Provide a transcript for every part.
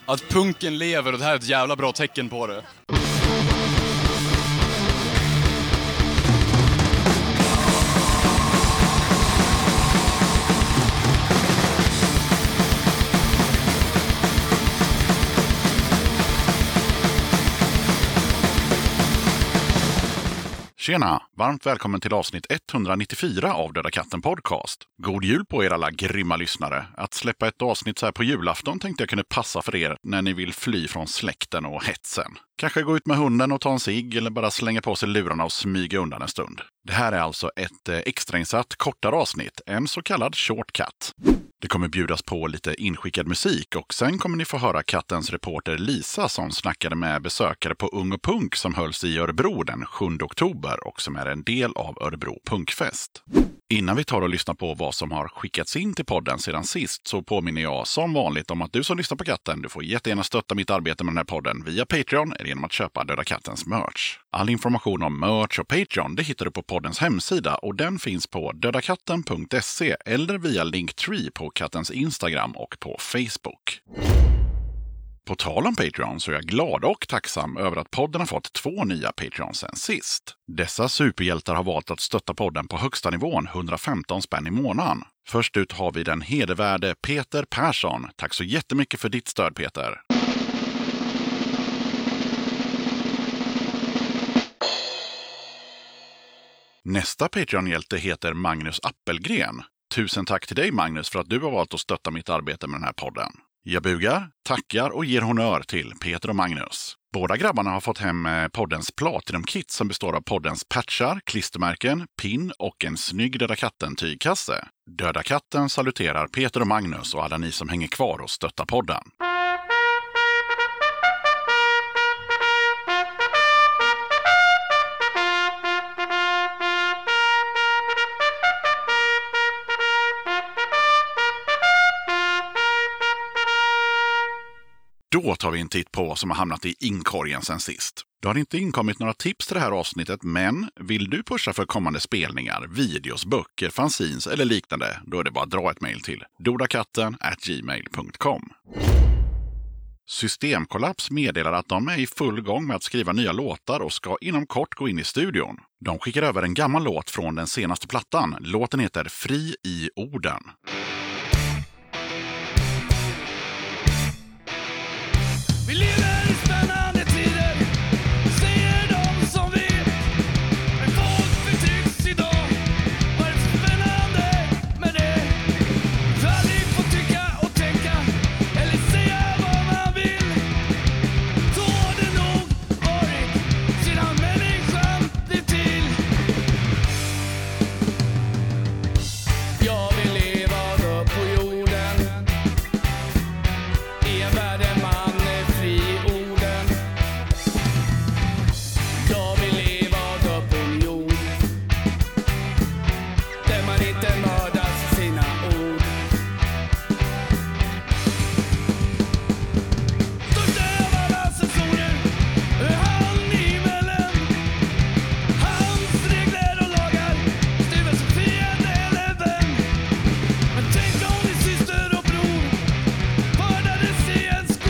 Att punken lever och det här är ett jävla bra tecken på det. Tjena, varmt välkommen till avsnitt 194 av Döda katten podcast. God jul på er alla grymma lyssnare. Att släppa ett avsnitt så här på julafton tänkte jag kunde passa för er när ni vill fly från släkten och hetsen. Kanske gå ut med hunden och ta en cigg eller bara slänga på sig lurarna och smyga undan en stund. Det här är alltså ett extrainsatt kortare avsnitt, en så kallad shortcut. Det kommer bjudas på lite inskickad musik och sen kommer ni få höra kattens reporter Lisa som snackade med besökare på Ung och Punk som hölls i Örebro den 7 oktober och som är en del av Örebro Punkfest. Innan vi tar och lyssnar på vad som har skickats in till podden sedan sist så påminner jag som vanligt om att du som lyssnar på katten, du får jättegärna stötta mitt arbete med den här podden via Patreon eller genom att köpa Döda kattens merch. All information om merch och Patreon det hittar du på poddens hemsida och den finns på dödakatten.se eller via Linktree på kattens Instagram och på Facebook. På tal om Patreon så är jag glad och tacksam över att podden har fått 2 nya Patreons sen sist. Dessa superhjältar har valt att stötta podden på högsta nivån 115 spänn i månaden. Först ut har vi den hedervärde Peter Persson. Tack så jättemycket för ditt stöd, Peter. Nästa Patreon-hjälte heter Magnus Appelgren. Tusen tack till dig, Magnus, för att du har valt att stötta mitt arbete med den här podden. Jag bugar, tackar och ger honör till Peter och Magnus. Båda grabbarna har fått hem poddens Platinum-kit som består av poddens patchar, klistermärken, pin och en snygg Döda katten-tygkasse. Döda katten saluterar Peter och Magnus och alla ni som hänger kvar och stöttar podden. Då tar vi en titt på vad som har hamnat i inkorgen sen sist. Det har inte inkommit några tips till det här avsnittet, men vill du pusha för kommande spelningar, videos, böcker, fanzines eller liknande, då är det bara att dra ett mejl till dodakatten@gmail.com. Systemkollaps meddelar att de är i full gång med att skriva nya låtar och ska inom kort gå in i studion. De skickar över en gammal låt från den senaste plattan. Låten heter Fri i orden. Vi lever i spännande tider, säger de som vet. Men folk förtrycks idag, vad är det så spännande med det? Du aldrig får tycka och tänka, eller säga vad man vill. Så har det nog varit, sedan människan blev till. Jag vill leva upp på jorden, i en värld där man en skog.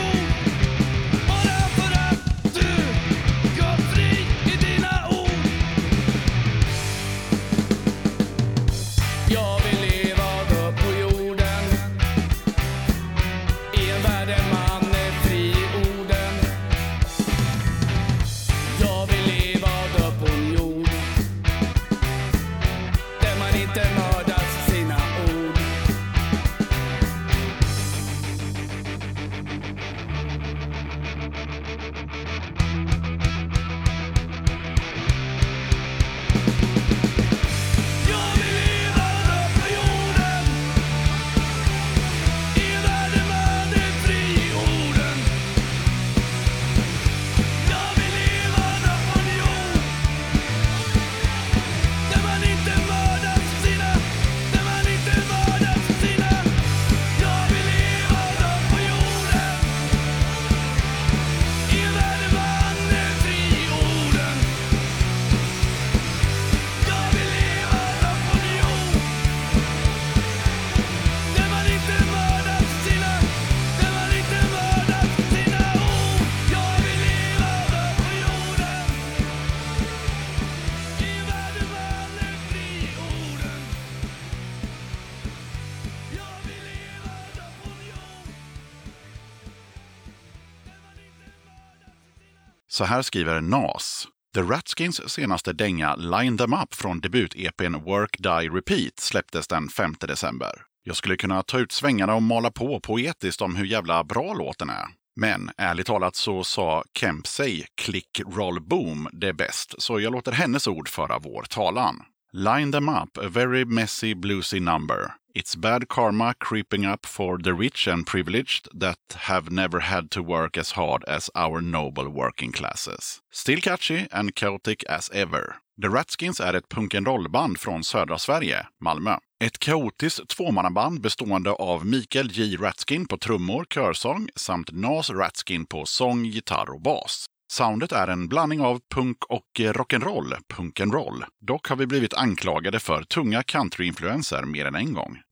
Så här skriver Nas. The Ratskins senaste dänga Line Them Up från debut-EP:n Work, Die, Repeat släpptes den 5 december. Jag skulle kunna ta ut svängarna och mala på poetiskt om hur jävla bra låten är. Men ärligt talat så sa Kempsey Click Roll Boom det bäst, så jag låter hennes ord föra vår talan. Line them up, a very messy bluesy number. It's bad karma creeping up for the rich and privileged that have never had to work as hard as our noble working classes. Still catchy and chaotic as ever. The Ratskins är ett punk-and-roll-band från södra Sverige, Malmö. Ett kaotiskt tvåmannaband bestående av Mikael J. Ratskin på trummor, körsång samt Nas Ratskin på sång, gitarr och bas. Soundet är en blandning av punk och rock'n'roll, punk-and-roll. Dock har vi blivit anklagade för tunga country-influenser mer än en gång.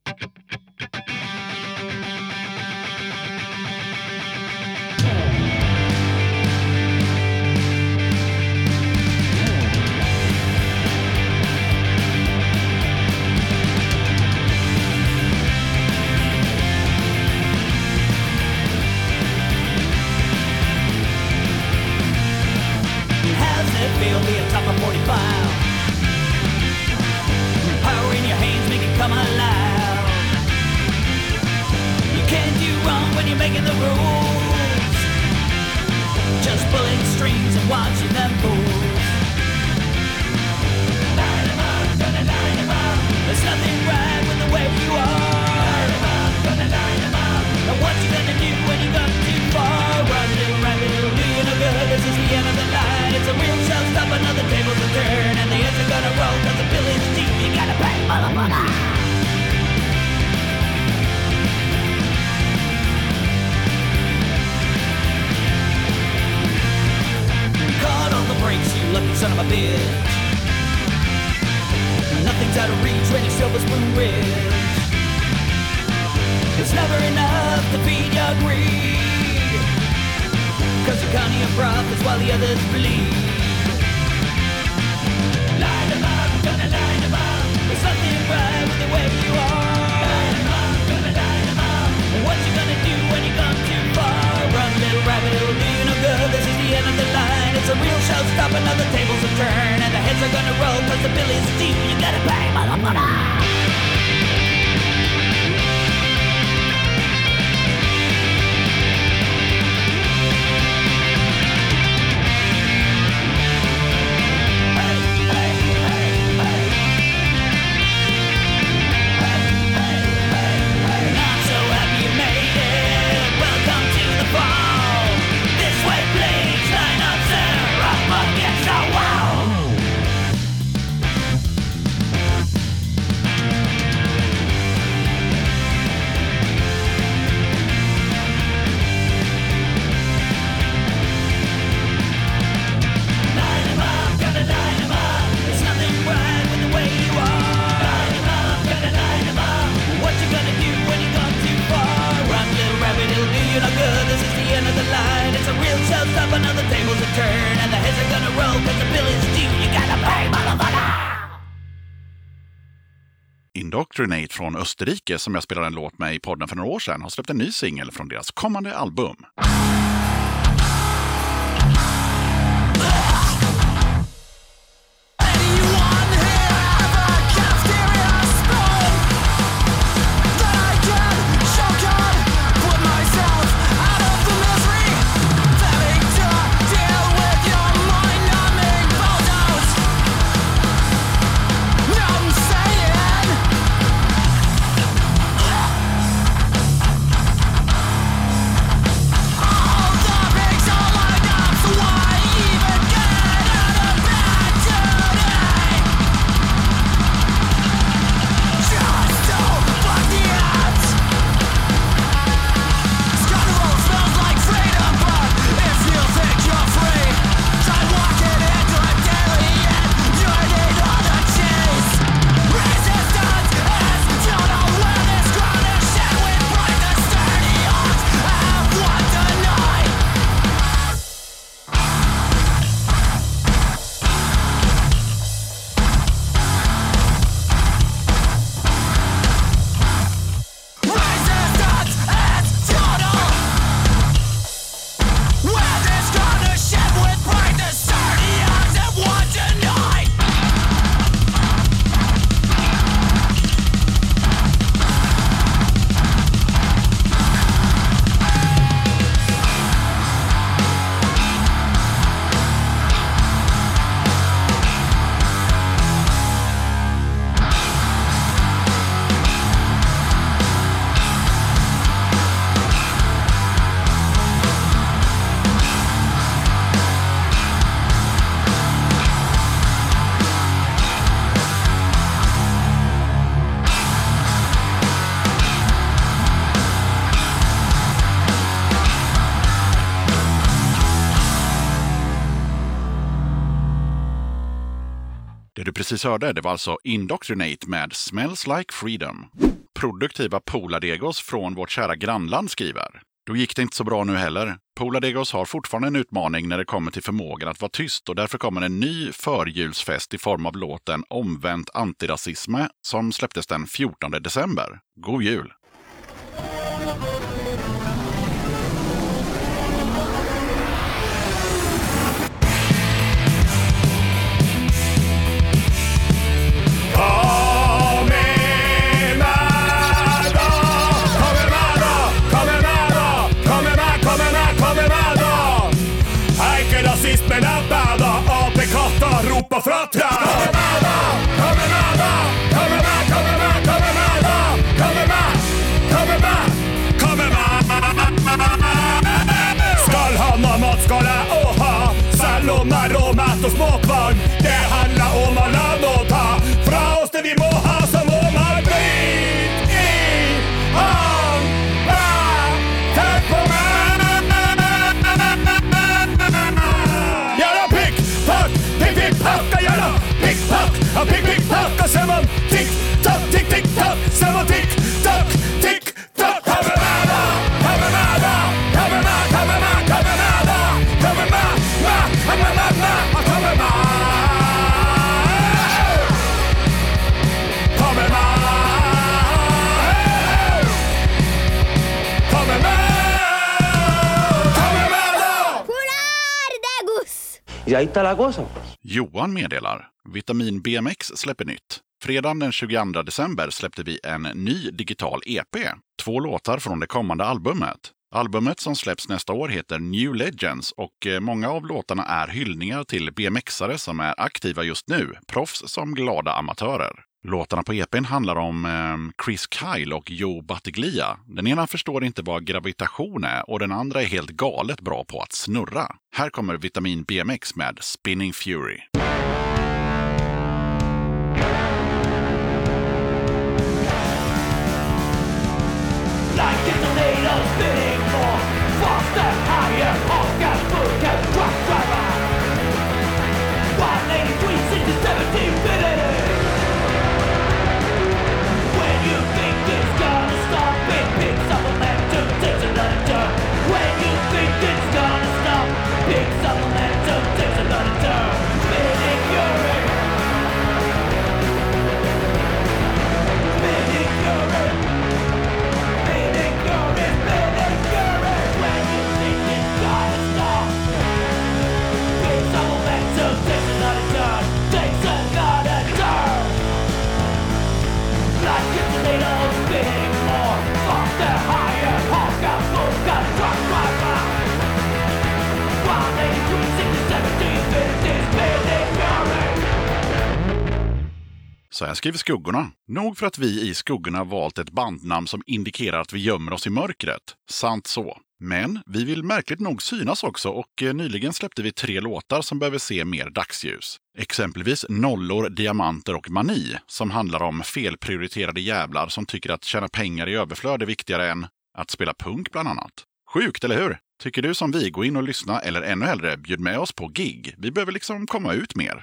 Feel me on top of 45. Power in your hands, make it come alive. You can't do wrong when you're making the rules. Just pulling strings and watching them move. Line them up, gonna line them up. There's nothing right with the way you are. Line them up, gonna line them up. Now what you gonna do when you got too far? Run, little rabbit, it'll do you no good. This is the end of the line. It's a real showstopper, another tables will turn, and the heads are gonna roll, cause the bill is deep, you gotta pay, motherfucker! Caught on the brakes, you lucky son of a bitch. Nothing's out of reach when you're silver spoon rich. It's never enough to feed your greed, cause you're counting your profits while the others bleed. Line them up, gonna line them up. There's nothing right with the way you are. Line them up, gonna line them up. What you gonna do when you come too far? Run, little rabbit, it'll do you no good. This is the end of the line. It's a real showstopper, now the tables will turn, and the heads are gonna roll, cause the bill is deep. You gotta pay, motherfucker! Indoctrinate från Österrike, som jag spelade en låt med i podden för några år sedan, har släppt en ny singel från deras kommande album. Oh! du precis hörde, det var alltså Indoctrinate med Smells Like Freedom. Produktiva Poladegos från vårt kära grannland skriver: då gick det inte så bra nu heller. Poladegos har fortfarande en utmaning när det kommer till förmågan att vara tyst och därför kommer en ny förjulsfest i form av låten Omvänt antirasisme som släpptes den 14 december. God jul! Ropa fratta! Skall ha någon matskala och ha Salom, aromat och småkvarn. Det handlar om att landa och ta fra oss det vi må ha som om man bryt i hand. Tack på mig! Packa gärna, pick-pack, pick-pick-pack. Och sen man tick-tack, tick-tick-tack. Sen man tick-tack, tick-tack. Kommer med, kommer med, kommer med, kommer med, kommer med, kommer med, kommer med, kommer med. Kommer med, kommer med, kommer med. ¡Poladegos! Y ahí está la cosa. Johan meddelar: Vitamin BMX släpper nytt. Fredagen den 22 december släppte vi en ny digital EP. 2 låtar från det kommande albumet. Albumet som släpps nästa år heter New Legends och många av låtarna är hyllningar till BMXare som är aktiva just nu, proffs som glada amatörer. Låtarna på EPn handlar om Chris Kyle och Joe Battaglia. Den ena förstår inte vad gravitation är och den andra är helt galet bra på att snurra. Här kommer Vitamin BMX med Spinning Fury. Like a tornado spinning more faster, higher, hawker, booker, truck driver 183, 60, 70 minutes. When you think it's gonna stop, it picks up momentum, takes another turn. When you think it's gonna stop, picks up momentum, takes another turn. Spinning fury, spinning fury. Så här skriver Skuggorna. Nog för att vi i Skuggorna valt ett bandnamn som indikerar att vi gömmer oss i mörkret. Sant så. Men vi vill märkligt nog synas också och nyligen släppte vi 3 låtar som behöver se mer dagsljus. Exempelvis Nollor, Diamanter och Mani som handlar om felprioriterade jävlar som tycker att tjäna pengar i överflöd är viktigare än att spela punk bland annat. Sjukt, eller hur? Tycker du som vi, gå in och lyssna eller ännu hellre bjud med oss på gig. Vi behöver liksom komma ut mer.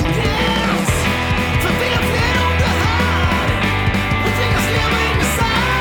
För vi är fler om det här och tvingas leva in i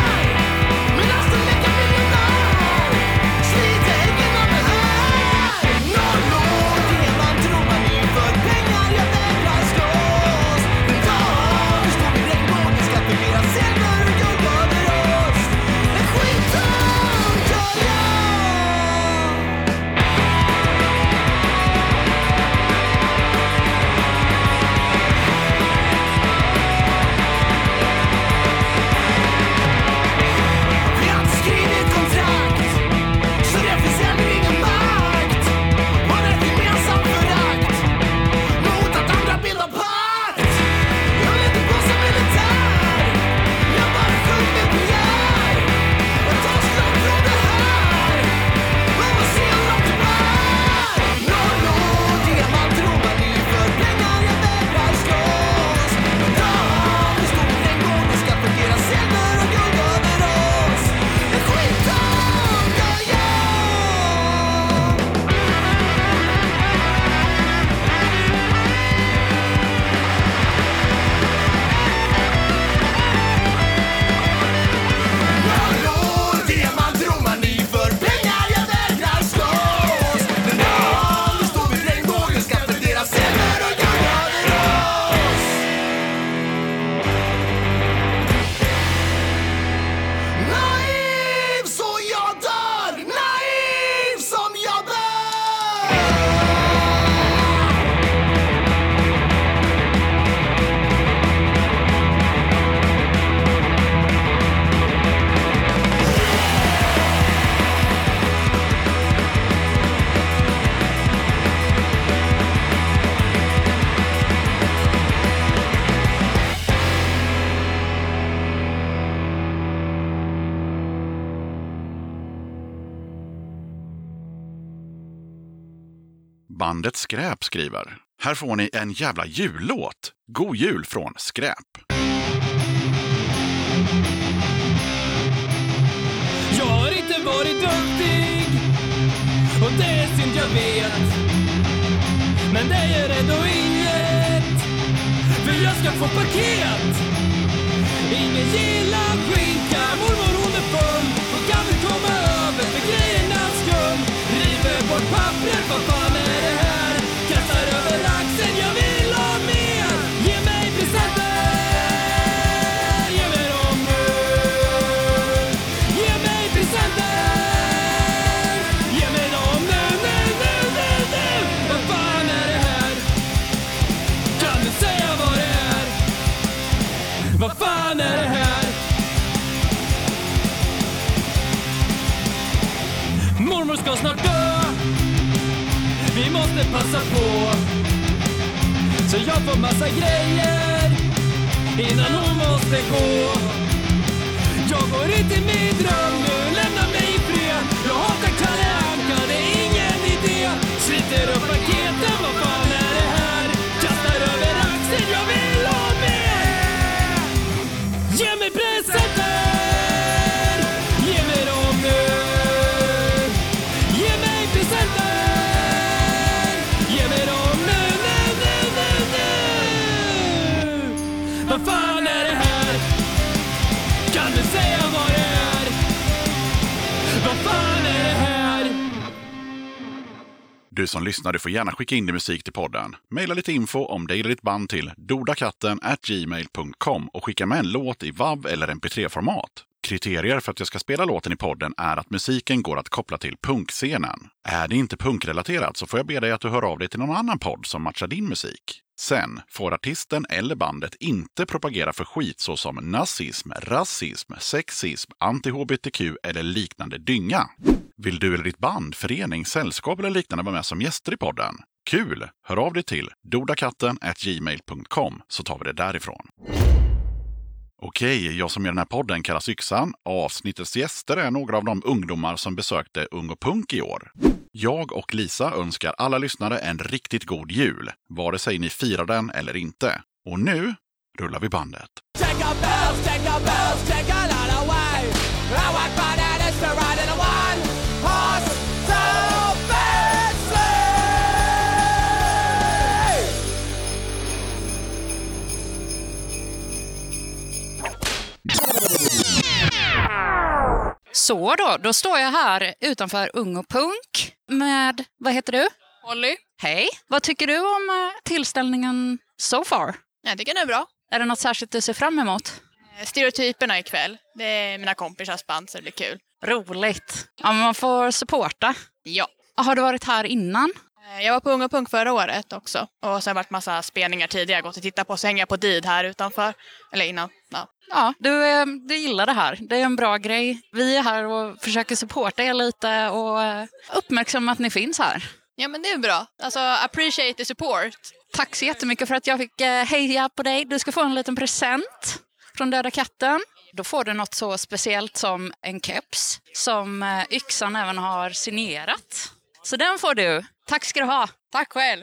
Bandet Skräp skriver: här får ni en jävla jullåt. God jul från Skräp. Jag har inte varit duktig, och det är synd jag vet. Men det gör ändå inget, för jag ska få paket. Ingen gillar skinka, mormor hon är full och kan väl komma över för grejernas skull. River bort pappret, vad fan är det här? Kastar över axeln, jag vill ha mer. Ge mig presenter, ge mig dem nu. Ge mig presenter, ge mig dem nu. Vad fan är det här? Kan du säga vad det är? Vad fan är det här? Mormor ska snart dö, vi måste passa på, så jag får massa grejer innan hon måste gå. Jag går inte i min dröm nu, lämna mig i fred. Jag hatar Kalle Anka, det är ingen idé. Sliter upp paketen, vad fan är det här? Kastar över axeln, jag vill ha mer. Ge mig presenter, ge mig dem nu. Ge mig presenter, ge mig dem nu. Vad fan är det här? Kan du säga vad det är? Vad fan är det här? Du som lyssnar, du får gärna skicka in din musik till podden. Maila lite info om dig eller ditt band till dodakatten@gmail.com och skicka med en låt i WAV eller MP3-format. Kriterier för att jag ska spela låten i podden är att musiken går att koppla till punkscenen. Är det inte punkrelaterat så får jag be dig att du hör av dig till någon annan podd som matchar din musik. Sen får artisten eller bandet inte propagera för skit såsom nazism, rasism, sexism, anti-hbtq eller liknande dynga. Vill du eller ditt band, förening, sällskap eller liknande vara med som gäster i podden? Kul! Hör av dig till dodakatten@gmail.com så tar vi det därifrån. Okej, jag som gör den här podden kallas Yxan. Avsnittets gäster är några av de ungdomar som besökte Ung och Punk i år. Jag och Lisa önskar alla lyssnare en riktigt god jul, vare sig ni firar den eller inte. Och nu rullar vi bandet. Take a bells, take a bells, take a lot away. I walk by that is to ride in a one horse open sleigh. Så då står jag här utanför Ung och Punk med, vad heter du? Holly. Hej. Vad tycker du om tillställningen so far? Jag tycker den är bra. Är det något särskilt du ser fram emot? Stereotyperna ikväll. Det är mina kompisars band så det blir kul. Roligt. Ja, man får supporta. Ja. Har du varit här innan? Jag var på Ung och Punk förra året också. Och sen har det varit massa spelningar tidigare. Gått och tittat på, så hänger jag på Did här utanför. Eller innan. Ja. Ja, du gillar det här. Det är en bra grej. Vi är här och försöker supporta er lite och uppmärksamma att ni finns här. Ja, men det är bra. Alltså, appreciate the support. Tack så jättemycket för att jag fick heja på dig. Du ska få en liten present från Döda katten. Då får du något så speciellt som en keps som Yxan även har signerat. Så den får du. Tack ska du ha. Tack själv.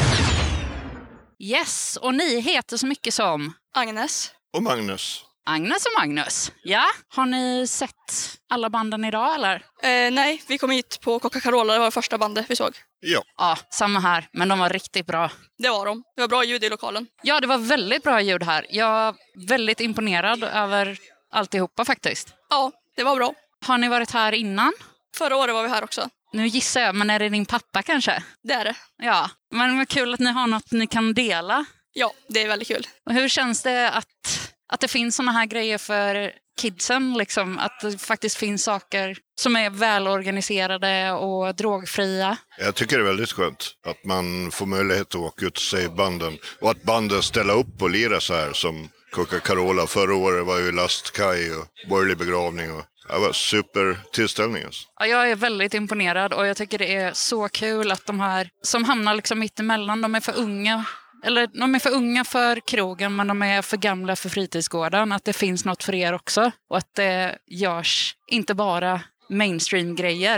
Yes, och ni heter så mycket som Agnes. Och Magnus. Agnes och Magnus. Ja, har ni sett alla banden idag eller? Nej, vi kom hit på Coca-Cola, det var det första bandet vi såg. Ja. Ja, samma här, men de var riktigt bra. Det var de. Det var bra ljud i lokalen. Ja, det var väldigt bra ljud här. Jag är väldigt imponerad över alltihopa faktiskt. Ja, det var bra. Har ni varit här innan? Förra året var vi här också. Nu gissar jag, men är det din pappa kanske? Det är det. Ja, men vad kul att ni har något ni kan dela. Ja, det är väldigt kul. Och hur känns det att det finns såna här grejer för kidsen? Liksom, att det faktiskt finns saker som är välorganiserade och drogfria? Jag tycker det är väldigt skönt att man får möjlighet att åka ut och se banden. Och att banden ställer upp och lirar så här som Coca-Cola. Förra året var ju Lastkaj och Borgerlig begravning. Och det var super tillställning. Alltså. Ja, jag är väldigt imponerad och jag tycker det är så kul att de här som hamnar liksom mitt emellan, de är för unga. Eller de är för unga för krogen men de är för gamla för fritidsgården. Att det finns något för er också. Och att det görs inte bara mainstream-grejer.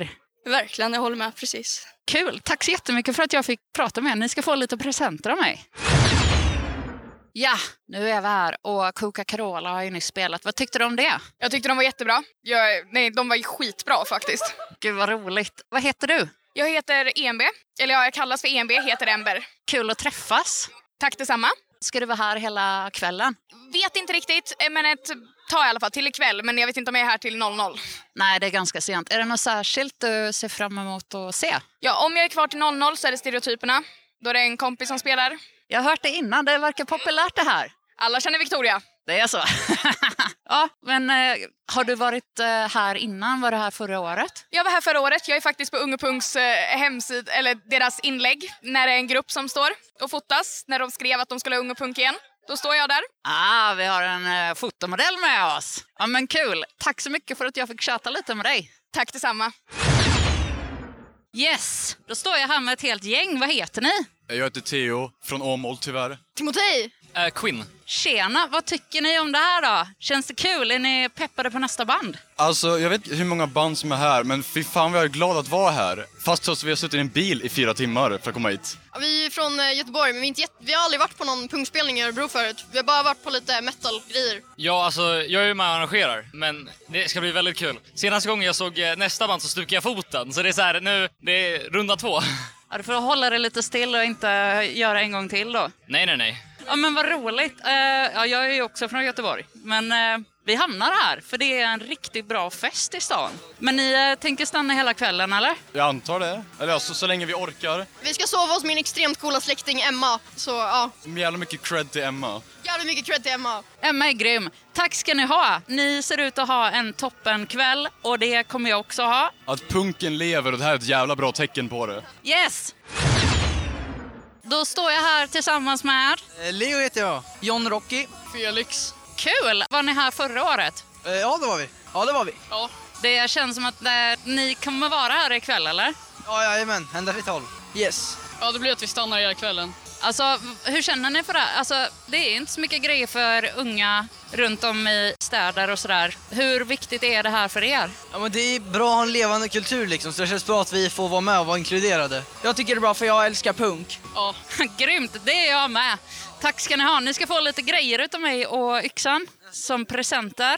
Verkligen, jag håller med precis. Kul, tack så jättemycket för att jag fick prata med er. Ni ska få lite presenter av mig. Ja, nu är vi här och Coca-Cola har ju nyss spelat. Vad tyckte du om det? Jag tyckte de var jättebra. De var ju skitbra faktiskt. Gud vad roligt. Vad heter du? Jag heter EMB. Eller jag kallas för EMB, heter Ember. Kul att träffas. Tack detsamma. Ska du vara här hela kvällen? Vet inte riktigt, men ett tar i alla fall till ikväll. Men jag vet inte om jag är här till 00. Nej, det är ganska sent. Är det något särskilt du ser fram emot att se? Ja, om jag är kvar till 00 så är det Stereotyperna. Då är det en kompis som spelar. Jag har hört det innan, det verkar populärt det här. Alla känner Victoria. Det är så. Ja, men har du varit här innan? Var du här förra året? Jag var här förra året. Jag är faktiskt på Ungepunks hemsida, eller deras inlägg. När det är en grupp som står och fotas. När de skrev att de skulle ha Ungepunk igen. Då står jag där. Vi har en fotomodell med oss. Ja, men kul. Tack så mycket för att jag fick chatta lite med dig. Tack detsamma. Yes, då står jag här med ett helt gäng. Vad heter ni? Jag heter Theo, från Åmål tyvärr. Timotej. Quinn. Tjena, vad tycker ni om det här då? Känns det kul? Är ni peppade på nästa band? Alltså, jag vet hur många band som är här, men fy fan vad jag är glad att vara här. Fast trots att vi har suttit i en bil i 4 timmar för att komma hit. Ja, vi är från Göteborg, men vi har aldrig varit på någon punkspelning i Örebro förut. Vi har bara varit på lite metal-grejer. Ja, alltså, jag är ju med och arrangerar, men det ska bli väldigt kul. Senaste gången jag såg nästa band så stukade jag foten, så det är så här, nu, det är runda 2. Ja, du får hålla det lite still och inte göra en gång till då. Nej. Ja, men vad roligt. Jag är ju också från Göteborg. Men vi hamnar här, för det är en riktigt bra fest i stan. Men ni tänker stanna hela kvällen, eller? Jag antar det. Eller ja, så länge vi orkar. Vi ska sova hos min extremt coola släkting Emma, så ja. Jävla mycket cred till Emma. Jävligt mycket cred till Emma. Emma är grym. Tack ska ni ha. Ni ser ut att ha en toppenkväll, och det kommer jag också ha. Att punken lever, och det här är ett jävla bra tecken på det. Yes! Då står jag här tillsammans med... Leo heter jag. John Rocky. Felix. Kul! Var ni här förra året? Ja, det var vi. Ja. Det känns som att ni kommer vara här ikväll, eller? Ja, jajamän. Ända till 12. Yes. Ja, det blir att vi stannar hela kvällen. Alltså, hur känner ni för det här? Alltså, det är inte så mycket grejer för unga runt om i städer och sådär. Hur viktigt är det här för er? Ja, men det är bra att ha en levande kultur liksom, så det känns bra att vi får vara med och vara inkluderade. Jag tycker det är bra för jag älskar punk. Ja, grymt. Det är jag med. Tack ska ni ha. Ni ska få lite grejer utav mig och Yxan som presenter.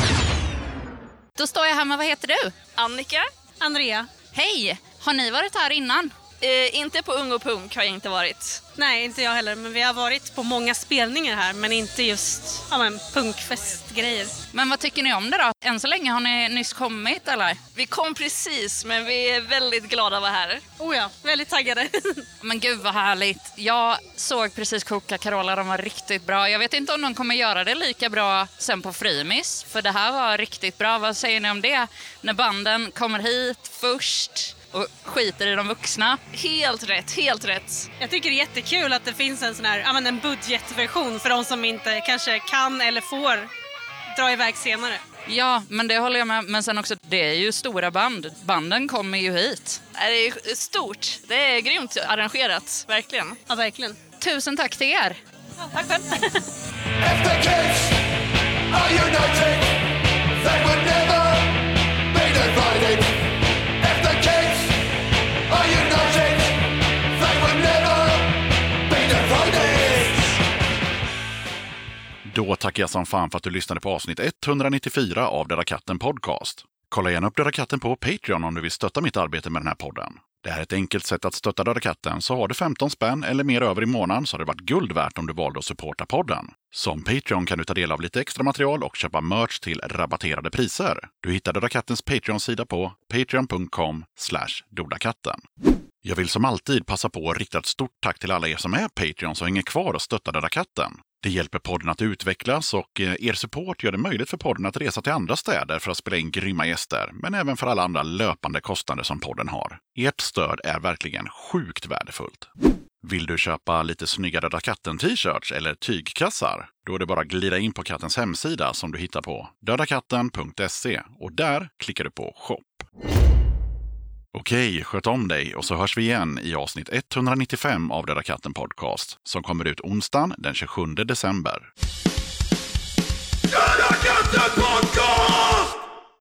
Då står jag här med, vad heter du? Annika. Andrea. Hej! Har ni varit här innan? Inte på Ungepunk har jag inte varit. Nej, inte jag heller, men vi har varit på många spelningar här, men inte just punkfestgrejer. Men vad tycker ni om det då? Än så länge har ni nyss kommit, eller? Vi kom precis, men vi är väldigt glada att vara här. Oh ja, väldigt taggade. Men gud vad härligt. Jag såg precis Coca-Cola, de var riktigt bra. Jag vet inte om de kommer göra det lika bra sen på Frimis, för det här var riktigt bra. Vad säger ni om det? När banden kommer hit först och skiter i de vuxna. Helt rätt. Jag tycker det är jättekul att det finns en sån här, en budgetversion för de som inte kanske kan eller får dra iväg senare. Ja, men det håller jag med. Men sen också, det är ju stora band. Banden kommer ju hit. Det är stort. Det är grymt arrangerat, verkligen. Ja, verkligen. Tusen tack till er. Ja, tack själv. After kids are united, they would never be divided. After kids are united, they would never be divided. Då tackar jag som fan för att du lyssnade på avsnitt 194 av Döda katten podcast. Kolla gärna upp Döda katten på Patreon om du vill stötta mitt arbete med den här podden. Det här är ett enkelt sätt att stötta Döda katten, så har du 15 spänn eller mer över i månaden så har det varit guld värt om du valde att supporta podden. Som Patreon kan du ta del av lite extra material och köpa merch till rabatterade priser. Du hittar Döda kattens Patreon-sida på patreon.com/dodakatten. Jag vill som alltid passa på att rikta ett stort tack till alla er som är Patreon som hänger kvar och stöttar Döda katten. Det hjälper podden att utvecklas och er support gör det möjligt för podden att resa till andra städer för att spela in grymma gäster, men även för alla andra löpande kostnader som podden har. Ert stöd är verkligen sjukt värdefullt. Vill du köpa lite snygga Döda katten-t-shirts eller tygkassar? Då är det bara att glida in på kattens hemsida som du hittar på dödakatten.se och där klickar du på shop. Okej, sköt om dig och så hörs vi igen i avsnitt 195 av Döda katten podcast som kommer ut onsdagen den 27 december. Döda katten podcast!